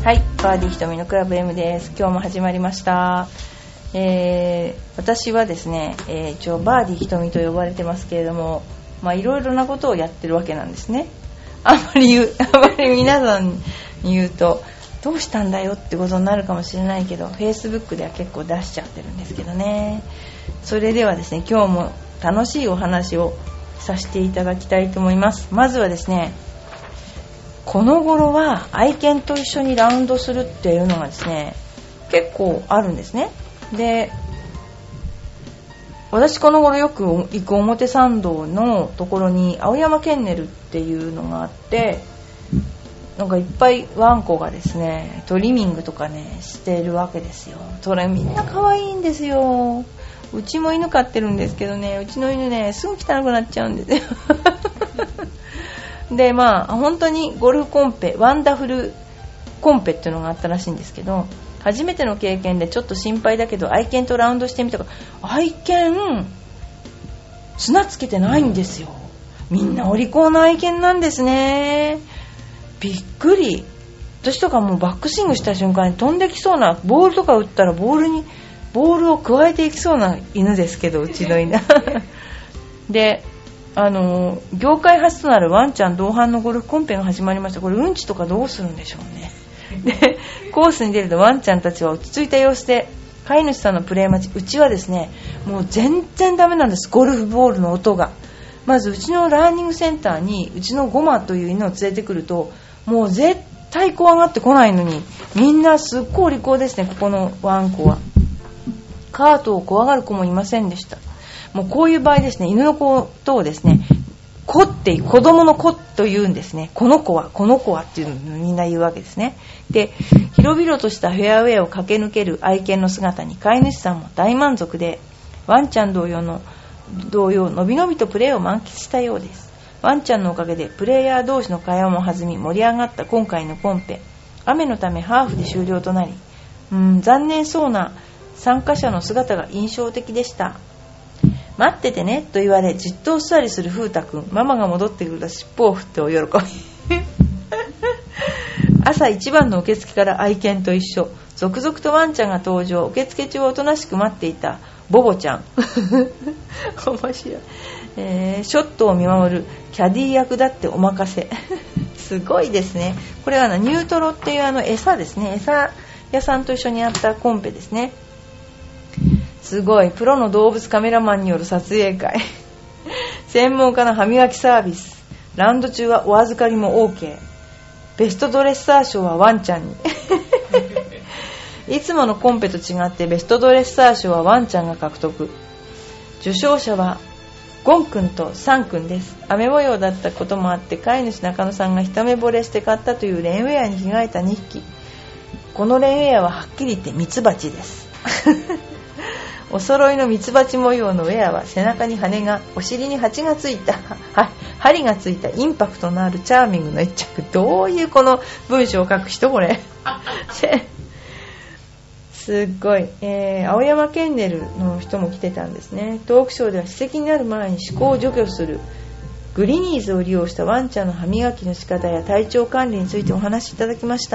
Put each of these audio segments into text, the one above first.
はい、バーディーひとみのクラブ M です。今日も始まりました。私はですね、一応バーディーひとみと呼ばれてますけれども、いろいろなことをやってるわけなんですね。あまり皆さんに言うとどうしたんだよってことになるかもしれないけど、 Facebook では結構出しちゃってるんですけどね。それではですね、今日も楽しいお話をさせていただきたいと思います。まずはですね、この頃は愛犬と一緒にラウンドするっていうのがですね、結構あるんですね。で、私この頃よく行く表参道のところに青山ケンネルっていうのがあって、なんかいっぱいワンコがですねトリミングとかねしているわけですよ。それみんな可愛いんですよ。うちも犬飼ってるんですけどね、うちの犬ねすぐ汚くなっちゃうんですよで、本当にゴルフコンペ、ワンダフルコンペっていうのがあったらしいんですけど、初めての経験でちょっと心配だけど愛犬とラウンドしてみたから、愛犬砂つけてないんですよ。みんなお利口な愛犬なんですね。びっくり。私とかもうバックスイングした瞬間に飛んできそうな、ボールとか打ったらボールを加えていきそうな犬ですけど、うちの犬で、業界初となるワンちゃん同伴のゴルフコンペが始まりました。これうんちとかどうするんでしょうね。で、コースに出るとワンちゃんたちは落ち着いた様子で飼い主さんのプレー待ち。うちはですね、もう全然ダメなんです、ゴルフボールの音が。まずうちのラーニングセンターにうちのゴマという犬を連れてくると、もう絶対怖がってこないのに、みんなすっごいお利口ですね。ここのワンコはカートを怖がる子もいませんでした。もうこういう場合ですね、犬のことをですね、子っていう、子供の子と言うんですね。この子はっていうのをみんな言うわけですね。で、広々としたフェアウェイを駆け抜ける愛犬の姿に飼い主さんも大満足で、ワンちゃん同様のびのびとプレーを満喫したようです。ワンちゃんのおかげでプレイヤー同士の会話も弾み盛り上がった今回のコンペ。雨のためハーフで終了となり、残念そうな参加者の姿が印象的でした。待っててねと言われじっと座りする風太くん。ママが戻ってくると尻尾を振ってお喜び朝一番の受付から愛犬と一緒、続々とワンちゃんが登場。受付中はおとなしく待っていたボボちゃん面白い、ショットを見守るキャディ役だってお任せすごいですね。これはニュートロっていう餌ですね。餌屋さんと一緒にやったコンペですね。すごい。プロの動物カメラマンによる撮影会専門家の歯磨きサービス。ラウンド中はお預かりも OK。 ベストドレッサー賞はワンちゃんにいつものコンペと違ってベストドレッサー賞はワンちゃんが獲得。受賞者はゴン君とサン君です。雨模様だったこともあって飼い主中野さんが一目惚れして買ったというレインウェアに着替えた2匹。このレインウェアははっきり言ってミツバチですお揃いのミツバチ模様のウェアは背中に羽が、お尻に針がついたインパクトのあるチャーミングの一着。どういうこの文章を書く人これすっごい、青山ケンネルの人も来てたんですね。トークショーでは歯石になる前に歯垢を除去するグリニーズを利用したワンちゃんの歯磨きの仕方や体調管理についてお話しいただきました。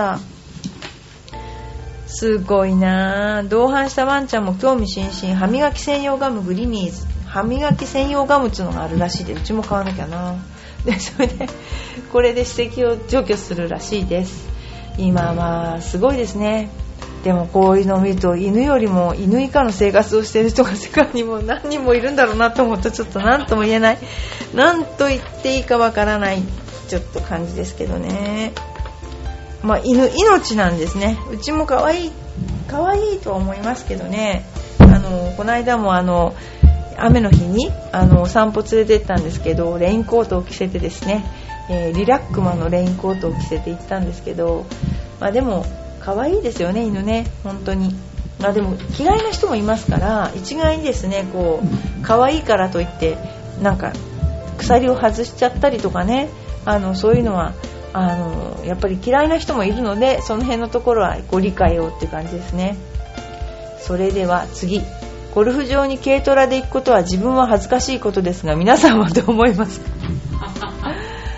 すごいな。同伴したワンちゃんも興味津々。歯磨き専用ガムグリニーズ、歯磨き専用ガムっていうのがあるらしいで、うちも買わなきゃな。で、それでこれで歯石を除去するらしいです。今はすごいですね。でもこういうのを見ると、犬よりも犬以下の生活をしている人が世界にも何人もいるんだろうなと思うと、ちょっと何とも言えない、何と言っていいかわからないちょっと感じですけどね。犬命なんですね。うちも可愛いとは思いますけどね。この間も雨の日にお散歩連れて行ったんですけど、レインコートを着せてですね、リラックマのレインコートを着せて行ったんですけど、でも可愛いですよね、犬ね、本当に。でも嫌いな人もいますから、一概にですね、こう可愛いからといってなんか鎖を外しちゃったりとかね、そういうのはやっぱり嫌いな人もいるので、その辺のところはご理解をって感じですね。それでは次。ゴルフ場に軽トラで行くことは自分は恥ずかしいことですが、皆さんはどう思いますか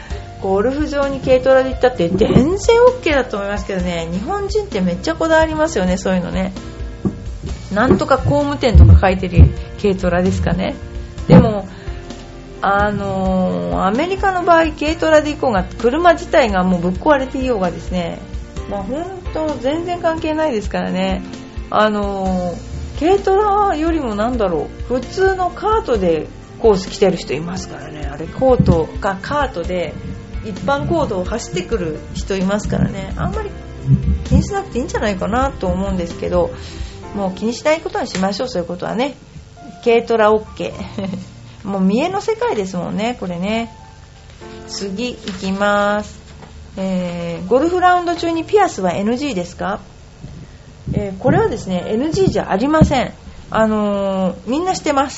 ゴルフ場に軽トラで行ったって全然 OK だと思いますけどね。日本人ってめっちゃこだわりますよね、そういうのね。なんとか工務店とか書いてる軽トラですかね。でもアメリカの場合軽トラで行こうが車自体がもうぶっ壊れていようがですね、本当全然関係ないですからね。軽トラよりも普通のカートでコース来てる人いますからね。あれカートで一般公道を走ってくる人いますからね。あんまり気にしなくていいんじゃないかなと思うんですけど、もう気にしないことにしましょう。そういうことはね。軽トラ OK もう見栄の世界ですもんね、これね。次行きます。ゴルフラウンド中にピアスは NG ですか？これはですね NG じゃありません。みんなしてます。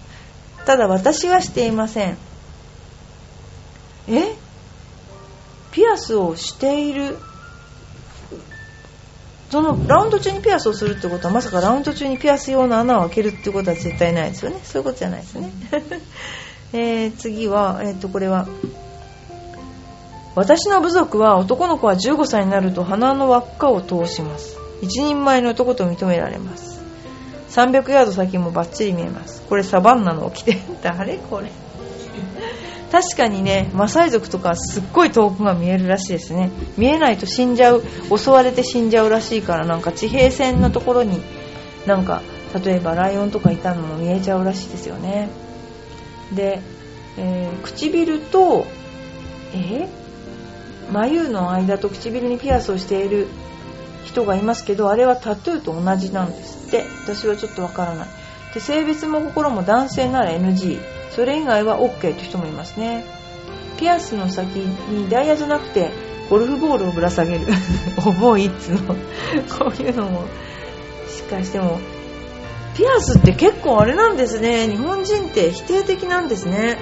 ただ私はしていません。ピアスをしている、そのラウンド中にピアスをするってことはまさかラウンド中にピアス用の穴を開けるってことは絶対ないですよね。そういうことじゃないですね。次は、これは私の部族は男の子は15歳になると鼻の輪っかを通します。一人前の男と認められます。300ヤード先もバッチリ見えます。これサバンナの起きて誰これ確かにね、マサイ族とかすっごい遠くが見えるらしいですね。見えないと死んじゃう、襲われて死んじゃうらしいから、地平線のところに例えばライオンとかいたのも見えちゃうらしいですよね。で、唇と眉の間と唇にピアスをしている人がいますけど、あれはタトゥーと同じなんですって。私はちょっとわからない。で、性別も心も男性なら NG、それ以外は OK という人もいますね。ピアスの先にダイヤじゃなくてゴルフボールをぶら下げる重いっつのこういうのもしかしてもピアスって結構あれなんですね。日本人って否定的なんですね。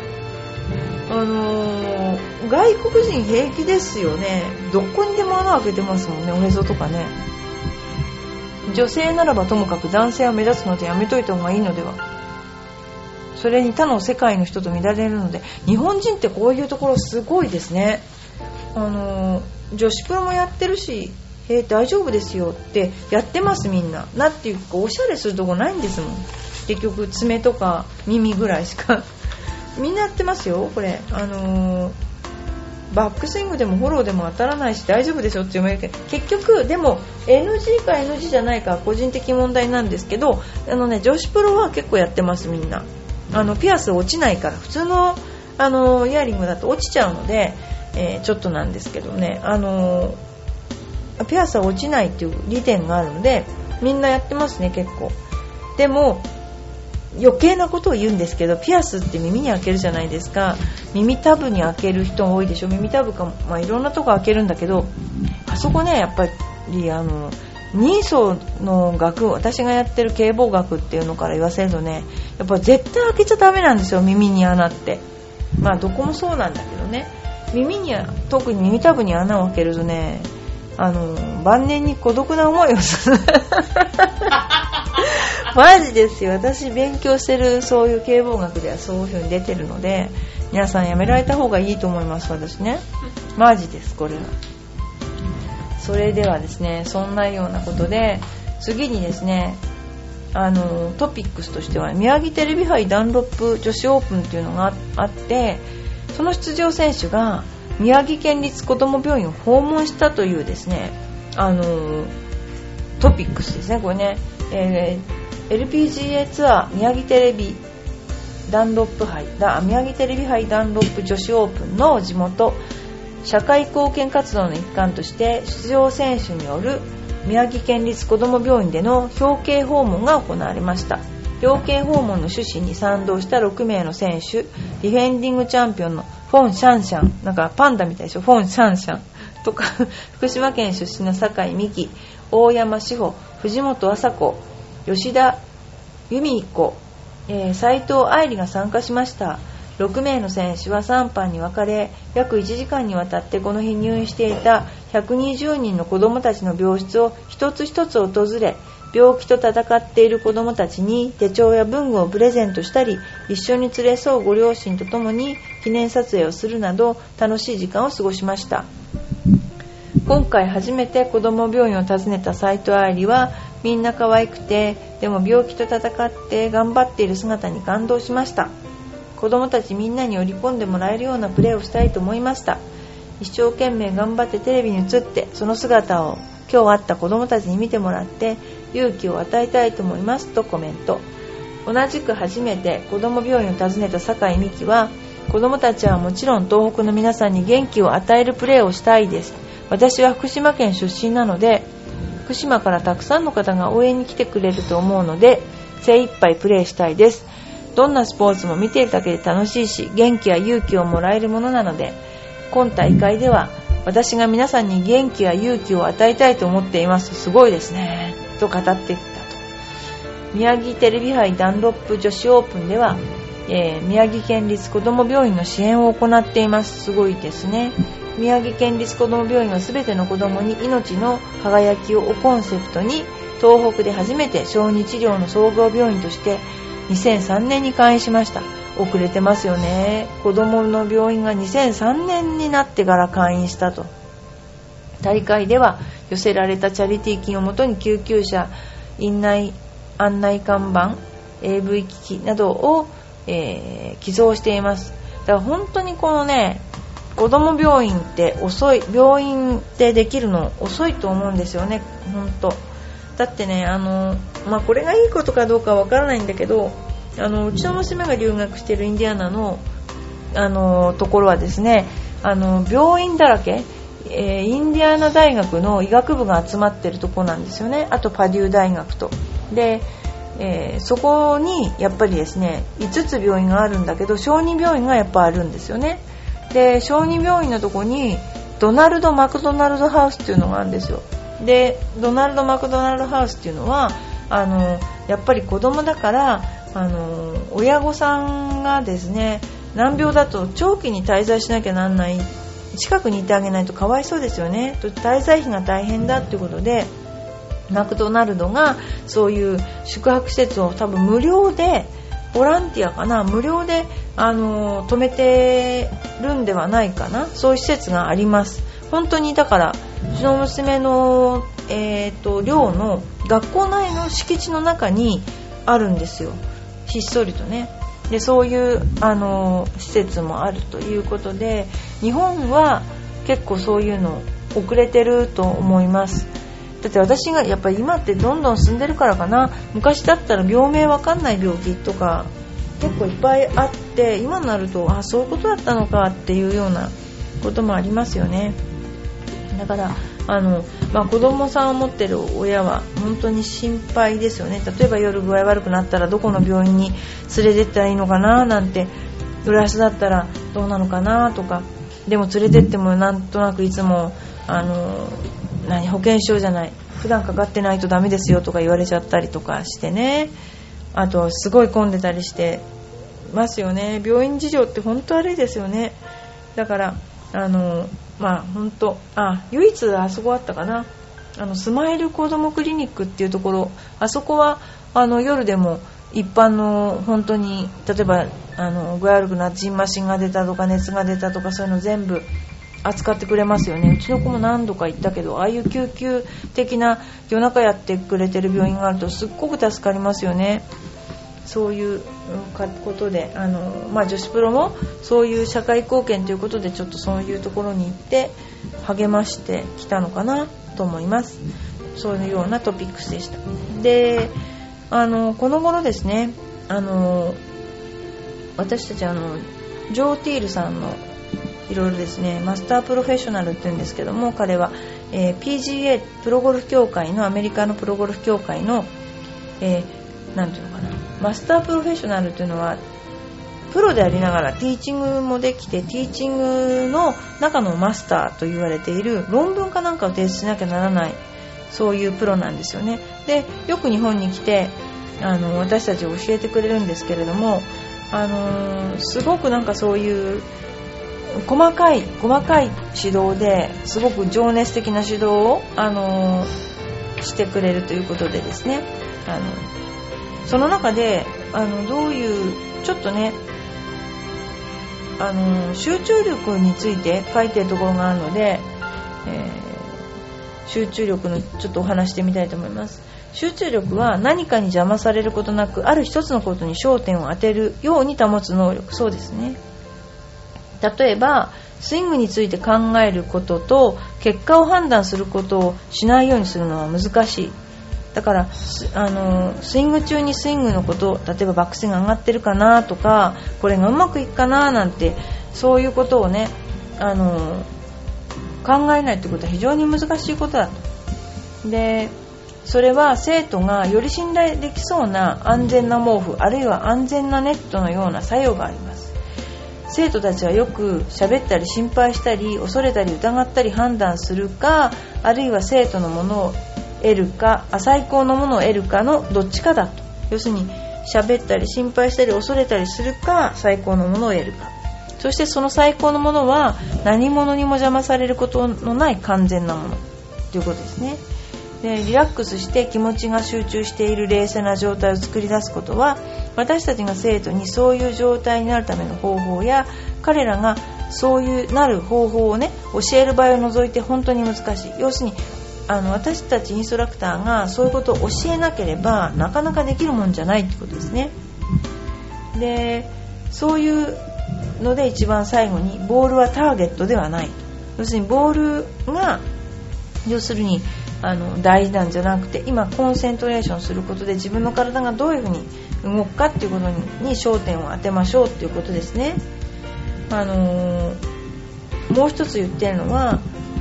外国人平気ですよね。どこにでも穴開けてますもんね、おへそとかね。女性ならばともかく男性は目立つのでやめといた方がいいのでは。それに他の世界の人と見られるので。日本人ってこういうところすごいですね。女子プロもやってるし、大丈夫ですよってやってます。みんななんていうかおしゃれするとこないんですもん。結局爪とか耳ぐらいしかみんなやってますよこれ。バックスイングでもフォローでも当たらないし大丈夫でしょって言われるけど、結局でも NG か NG じゃないかは個人的問題なんですけど、女子プロは結構やってますみんな。ピアス落ちないから。普通のイヤリングだと落ちちゃうので、ちょっとなんですけどね、ピアスは落ちないっていう利点があるのでみんなやってますね結構。でも余計なことを言うんですけど、ピアスって耳に開けるじゃないですか。耳たぶに開ける人多いでしょ。耳たぶかも、いろんなとこ開けるんだけど、あそこねやっぱり人相の学、私がやってる警棒学っていうのから言わせるとね、やっぱ絶対開けちゃダメなんですよ、耳に穴って。どこもそうなんだけどね、耳には特に耳たぶに穴を開けるとね、晩年に孤独な思いをするマジですよ。私勉強してるそういう警棒学ではそういう風に出てるので、皆さんやめられた方がいいと思います。私ね、マジですこれは。それではですね、そんなようなことで次にですね、トピックスとしては宮城テレビ杯ダンロップ女子オープンっていうのがあって、その出場選手が宮城県立子ども病院を訪問したというですね、トピックスですねこれね。LPGA ツアー宮城テレビダンロップ杯宮城テレビ杯ダンロップ女子オープンの地元社会貢献活動の一環として出場選手による宮城県立子ども病院での表敬訪問が行われました。表敬訪問の趣旨に賛同した6名の選手、ディフェンディングチャンピオンのフォン・シャンシャン、なんかパンダみたいでしょ、フォン・シャンシャンとか福島県出身の酒井美希、大山志保、藤本麻子、吉田由美子、斉藤愛理が参加しました。6名の選手は3班に分かれ、約1時間にわたってこの日入院していた120人の子どもたちの病室を一つ一つ訪れ、 病気と闘っている子どもたちに手帳や文具をプレゼントしたり、一緒に連れ添うご両親と共に記念撮影をするなど楽しい時間を過ごしました。今回初めて子ども病院を訪ねた斉藤愛理は、みんな可愛くて、でも病気と闘って頑張っている姿に感動しました。子どもたちみんなに寄り込んでもらえるようなプレーをしたいと思いました。一生懸命頑張ってテレビに映って、その姿を今日会った子どもたちに見てもらって勇気を与えたいと思いますとコメント。同じく初めて子ども病院を訪ねた酒井美希は、子どもたちはもちろん東北の皆さんに元気を与えるプレーをしたいです。私は福島県出身なので、福島からたくさんの方が応援に来てくれると思うので、精一杯プレーしたいです。どんなスポーツも見ているだけで楽しいし、元気や勇気をもらえるものなので、今大会では私が皆さんに元気や勇気を与えたいと思っています。すごいですねと語っていったと。宮城テレビ杯ダンロップ女子オープンでは、宮城県立子ども病院の支援を行っています。すごいですね。宮城県立子ども病院はすべての子どもに命の輝きをコンセプトに、東北で初めて小児治療の総合病院として2003年に開院しました。遅れてますよね。子どもの病院が2003年になってから開院したと。大会では寄せられたチャリティー金をもとに救急車、院内案内看板、AV 機器などを、寄贈しています。だから本当にこのね、子ども病院って遅い、病院でできるの遅いと思うんですよね。本当だってね、これがいいことかどうかわからないんだけど、うちの娘が留学しているインディアナの、ところはですね、病院だらけ、インディアナ大学の医学部が集まっているところなんですよね。あとパデュー大学とで、そこにやっぱりですね、5つ病院があるんだけど、小児病院がやっぱあるんですよね。で、小児病院のとこにドナルド・マクドナルドハウスっていうのがあるんですよ。で、ドナルド・マクドナルドハウスっていうのはやっぱり子供だから親御さんがですね、難病だと長期に滞在しなきゃなんない、近くにいてあげないとかわいそうですよね。滞在費が大変だっていうことで、マクドナルドがそういう宿泊施設を多分無料で、ボランティアかな、無料で止めてるんではないかな。そういう施設があります。本当にだからうちの娘の、寮の学校内の敷地の中にあるんですよ、ひっそりとね。で、そういう施設もあるということで、日本は結構そういうの遅れてると思います。だって私がやっぱり今ってどんどん進んでるからかな。昔だったら病名わかんない病気とか結構いっぱいあって、今になるとそういうことだったのかっていうようなこともありますよね。だから子供さんを持ってる親は本当に心配ですよね。例えば夜具合悪くなったらどこの病院に連れてったらいいのかななんて、浦安だったらどうなのかなとか、でも連れてってもなんとなくいつも保険証じゃない、普段かかってないとダメですよとか言われちゃったりとかしてね。あとすごい混んでたりしてますよね。病院事情って本当悪いですよね。だから本当唯一あそこあったかな、スマイル子どもクリニックっていうところ、あそこは夜でも一般の本当に、例えば具合悪くなってジンマシンが出たとか熱が出たとか、そういうの全部扱ってくれますよね。うちの子も何度か行ったけど、ああいう救急的な夜中やってくれてる病院があるとすっごく助かりますよね。そういうことで女子プロもそういう社会貢献ということで、ちょっとそういうところに行って励ましてきたのかなと思います。そういうようなトピックスでした。で、この頃ですね、私たちジョー・ティールさんのいろいろですね、マスタープロフェッショナルって言うんですけども、彼は、PGA プロゴルフ協会の、アメリカのプロゴルフ協会の、なんていうのかな、マスタープロフェッショナルというのはプロでありながらティーチングもできて、ティーチングの中のマスターと言われている、論文かなんかを提出しなきゃならない、そういうプロなんですよね。で、よく日本に来て私たちを教えてくれるんですけれども、すごくなんかそういう細かい指導で、すごく情熱的な指導をしてくれるということでですね、その中でどういうちょっとね集中力について書いているところがあるので、集中力のちょっとお話してみたいと思います。集中力は何かに邪魔されることなくある一つのことに焦点を当てるように保つ能力。そうですね。例えばスイングについて考えることと結果を判断することをしないようにするのは難しい。だからスイング中にスイングのこと、例えばバックスイング上がってるかなとか、これがうまくいくかななんて、そういうことをね考えないということは非常に難しいことだと。でそれは生徒がより信頼できそうな安全な毛布、あるいは安全なネットのような作用があります。生徒たちはよく喋ったり心配したり恐れたり疑ったり判断するか、あるいは生徒のものを得るか最高のものを得るかのどっちかだと。要するに喋ったり心配したり恐れたりするか最高のものを得るか、そしてその最高のものは何者にも邪魔されることのない完全なものということですね。でリラックスして気持ちが集中している冷静な状態を作り出すことは、私たちが生徒にそういう状態になるための方法や彼らがそういうなる方法をね教える場合を除いて本当に難しい。要するに私たちインストラクターがそういうことを教えなければなかなかできるもんじゃないってことですね。でそういうので一番最後にボールはターゲットではない。要するにボールが要するに大事なんじゃなくて、今コンセントレーションすることで自分の体がどういうふうに動くかっていうことに焦点を当てましょうっていうことですね。もう一つ言ってるのは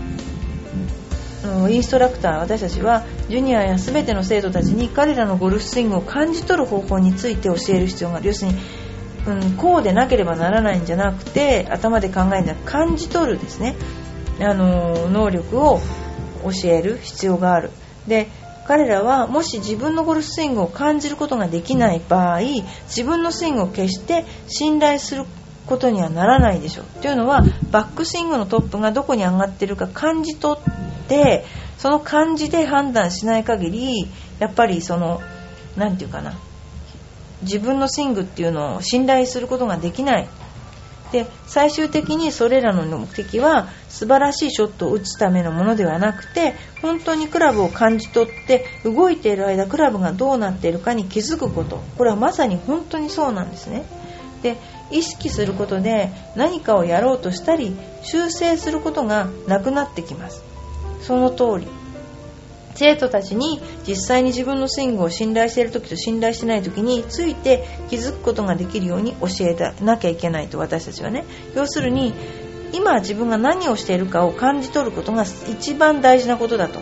インストラクター、私たちはジュニアや全ての生徒たちに彼らのゴルフスイングを感じ取る方法について教える必要がある。要するに、こうでなければならないんじゃなくて頭で考えるんじゃなく感じ取るですね、能力を教える必要がある。で彼らはもし自分のゴルフスイングを感じることができない場合、自分のスイングを決して信頼することにはならないでしょう。というのはバックスイングのトップがどこに上がっているか感じ取って、その感じで判断しない限りやっぱりなんていうかな、自分のスイングっていうのを信頼することができない。で最終的にそれらの目的は素晴らしいショットを打つためのものではなくて、本当にクラブを感じ取って動いている間クラブがどうなっているかに気づくこと、これはまさに本当にそうなんですね。で意識することで何かをやろうとしたり修正することがなくなってきます。その通り、生徒たちに実際に自分のスイングを信頼している時と信頼していない時について気づくことができるように教えなきゃいけないと、私たちはね。要するに今自分が何をしているかを感じ取ることが一番大事なことだと。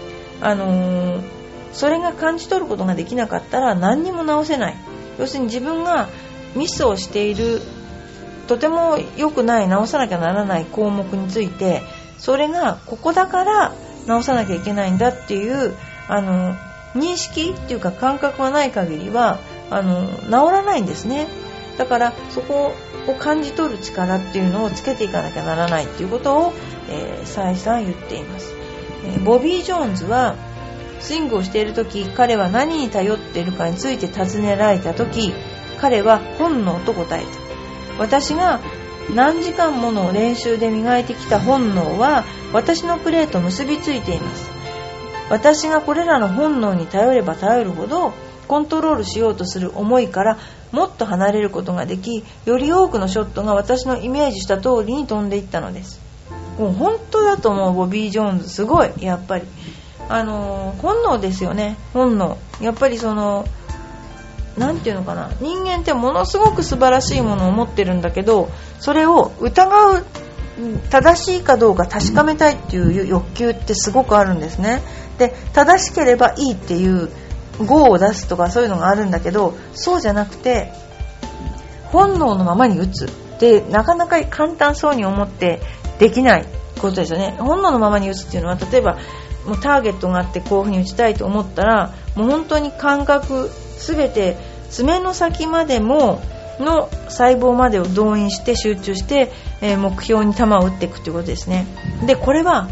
それが感じ取ることができなかったら何にも直せない。要するに自分がミスをしているとても良くない直さなきゃならない項目について、それがここだから直さなきゃいけないんだっていう認識っていうか感覚がない限りは治らないんですね。だからそこを感じ取る力っていうのをつけていかなきゃならないっていうことを、再三言っています。ボビー・ジョーンズはスイングをしているとき、彼は何に頼っているかについて尋ねられたとき、彼は本能と答えた。私が何時間もの練習で磨いてきた本能は私のプレーと結びついています。私がこれらの本能に頼れば頼るほどコントロールしようとする思いからもっと離れることができ、より多くのショットが私のイメージした通りに飛んでいったのです。もう本当だと思う。ボビー・ジョーンズすごい、やっぱり本能ですよね。本能、やっぱりなんていうのかな、人間ってものすごく素晴らしいものを持ってるんだけど、それを疑う、正しいかどうか確かめたいっていう欲求ってすごくあるんですね。で正しければいいっていう語を出すとかそういうのがあるんだけど、そうじゃなくて本能のままに打つってなかなか簡単そうに思ってできないことですよね。本能のままに打つっていうのは、例えばもうターゲットがあってこういうふうに打ちたいと思ったら、もう本当に感覚すべて爪の先までもの細胞までを動員して集中して、目標に球を打っていくということですね。でこれは本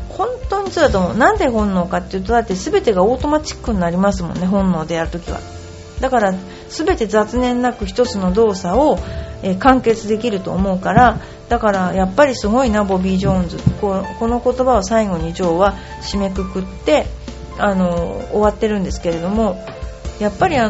当にそうだと思う。なんで本能かっていうと、だって全てがオートマチックになりますもんね、本能でやるときは。だから全て雑念なく一つの動作を、完結できると思うから、だからやっぱりすごいなボビー・ジョーンズ。この言葉を最後にジョーは締めくくって終わってるんですけれども、やっぱり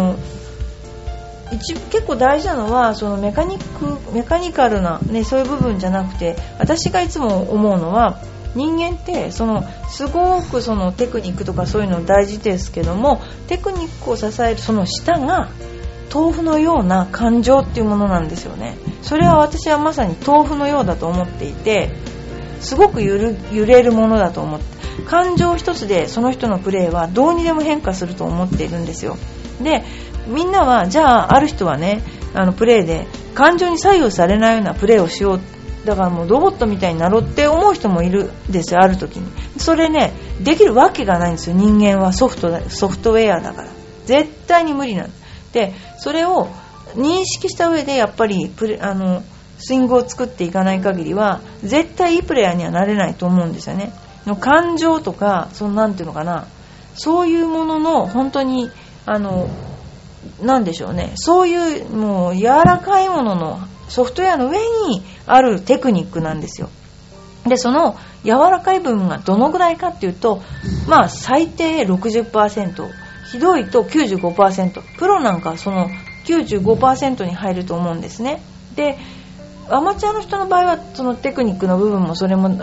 結構大事なのはそのメカニカルな、ね、そういう部分じゃなくて、私がいつも思うのは、人間ってすごくそのテクニックとかそういうの大事ですけども、テクニックを支えるその下が豆腐のような感情っていうものなんですよね。それは私はまさに豆腐のようだと思っていて、すごく揺れるものだと思って、感情一つでその人のプレーはどうにでも変化すると思っているんですよ。で、みんなはじゃあ、ある人はね、プレーで感情に左右されないようなプレーをしよう、だからもうロボットみたいになろうって思う人もいるんですよ、ある時に。それね、できるわけがないんですよ。人間はソフトウェアだから絶対に無理なんで、それを認識した上でやっぱりスイングを作っていかない限りは絶対いいプレイヤーにはなれないと思うんですよね。の感情とかなんていうのかな、そういうものの本当になんでしょうね、そういうもう柔らかいもののソフトウェアの上にあるテクニックなんですよ。で、その柔らかい部分がどのぐらいかっていうと、最低 60%、 ひどいと 95%、 プロなんかその 95% に入ると思うんですね。で、アマチュアの人の場合はそのテクニックの部分もそれも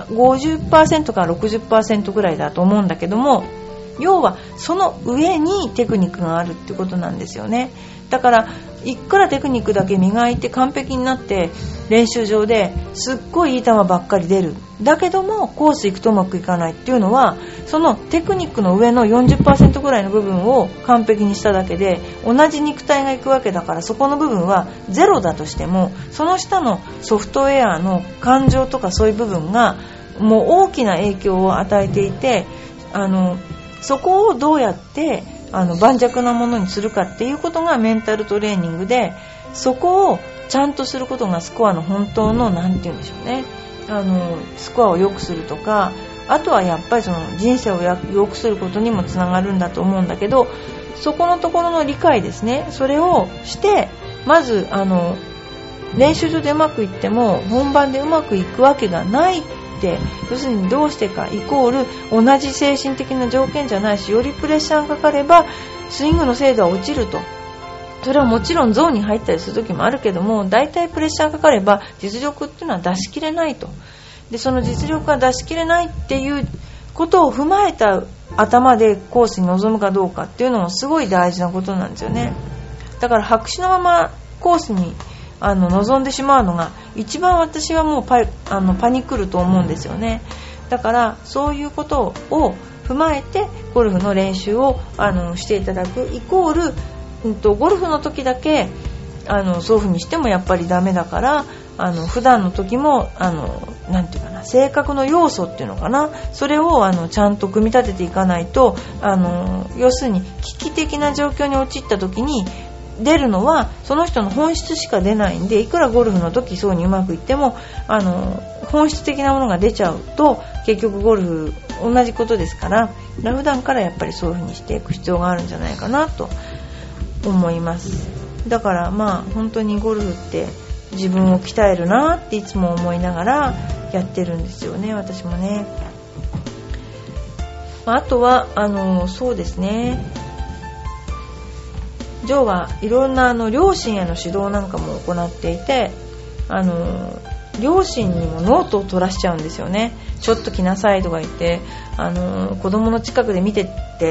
50% から 60% ぐらいだと思うんだけども、要はその上にテクニックがあるってことなんですよね。だからいくらテクニックだけ磨いて完璧になって練習場ですっごいいい球ばっかり出る、だけどもコース行くとうまくいかないっていうのは、そのテクニックの上の 40% ぐらいの部分を完璧にしただけで同じ肉体がいくわけだから、そこの部分はゼロだとしても、その下のソフトウェアの感情とかそういう部分がもう大きな影響を与えていて、そこをどうやって盤石なものにするかっていうことがメンタルトレーニングで、そこをちゃんとすることがスコアの本当のなんて言うんでしょうね、スコアを良くするとか、あとはやっぱりその人生を良くすることにもつながるんだと思うんだけど、そこのところの理解ですね。それをしてまず練習場でうまくいっても本番でうまくいくわけがないって、要するにどうしてかイコール同じ精神的な条件じゃないし、よりプレッシャーがかかればスイングの精度は落ちると。それはもちろんゾーンに入ったりする時もあるけども、だいたいプレッシャーがかかれば実力っていうのは出し切れないと。で、その実力が出し切れないっていうことを踏まえた頭でコースに臨むかどうかっていうのもすごい大事なことなんですよね。だから白紙のままコースに臨んでしまうのが一番私はもうパニクると思うんですよね。だからそういうことを踏まえてゴルフの練習をしていただくイコール、ゴルフの時だけそういう風にしてもやっぱりダメだから、普段の時もなんていうかな、性格の要素っていうのかな、それをちゃんと組み立てていかないと、要するに危機的な状況に陥った時に出るのはその人の本質しか出ないんで、いくらゴルフの時そうにうまくいっても本質的なものが出ちゃうと結局ゴルフ同じことですから、普段からやっぱりそういう風にしていく必要があるんじゃないかなと思います。だから本当にゴルフって自分を鍛えるなっていつも思いながらやってるんですよね、私もね。あとはそうですね、ジョーはいろんな両親への指導なんかも行っていて、両親にもノートを取らしちゃうんですよね。ちょっと来なさいとか言って子供の近くで見てって、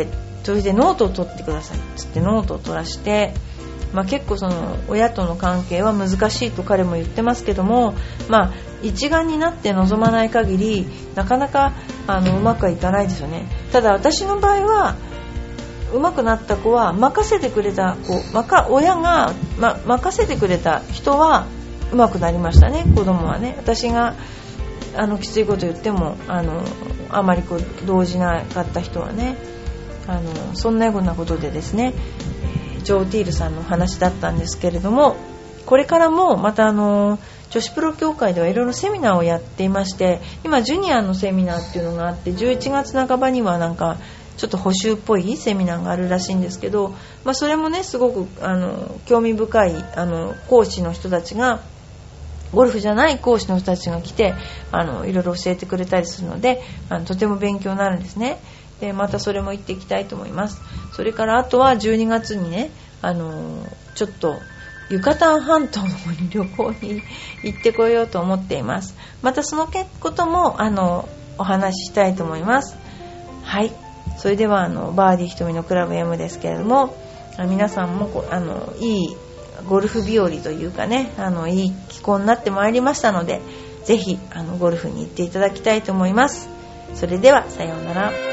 それでノートを取ってくださいっつってノートを取らして、結構その親との関係は難しいと彼も言ってますけども、一丸になって臨まない限りなかなかうまくはいかないですよね。ただ私の場合はうまくなった子は任せてくれた子、親が、任せてくれた人はうまくなりましたね。子供はね、私がきついこと言ってもあまり動じなかった人はね、そんなようなことでですね、ジョー・ティールさんの話だったんですけれども、これからもまた女子プロ協会ではいろいろセミナーをやっていまして、今ジュニアのセミナーっていうのがあって、11月半ばにはなんかちょっと補習っぽいセミナーがあるらしいんですけど、それもねすごく興味深い講師の人たちが、ゴルフじゃない講師の人たちが来ていろいろ教えてくれたりするので、とても勉強になるんですね。でまたそれも行っていきたいと思います。それからあとは12月にねちょっとユカタン半島の方に旅行に行ってこようと思っています。またそのこともお話ししたいと思います。はい、それではバーディーひとみのクラブ M ですけれども、皆さんもいいゴルフ日和というかね、いい気候になってまいりましたので、ぜひゴルフに行っていただきたいと思います。それではさようなら。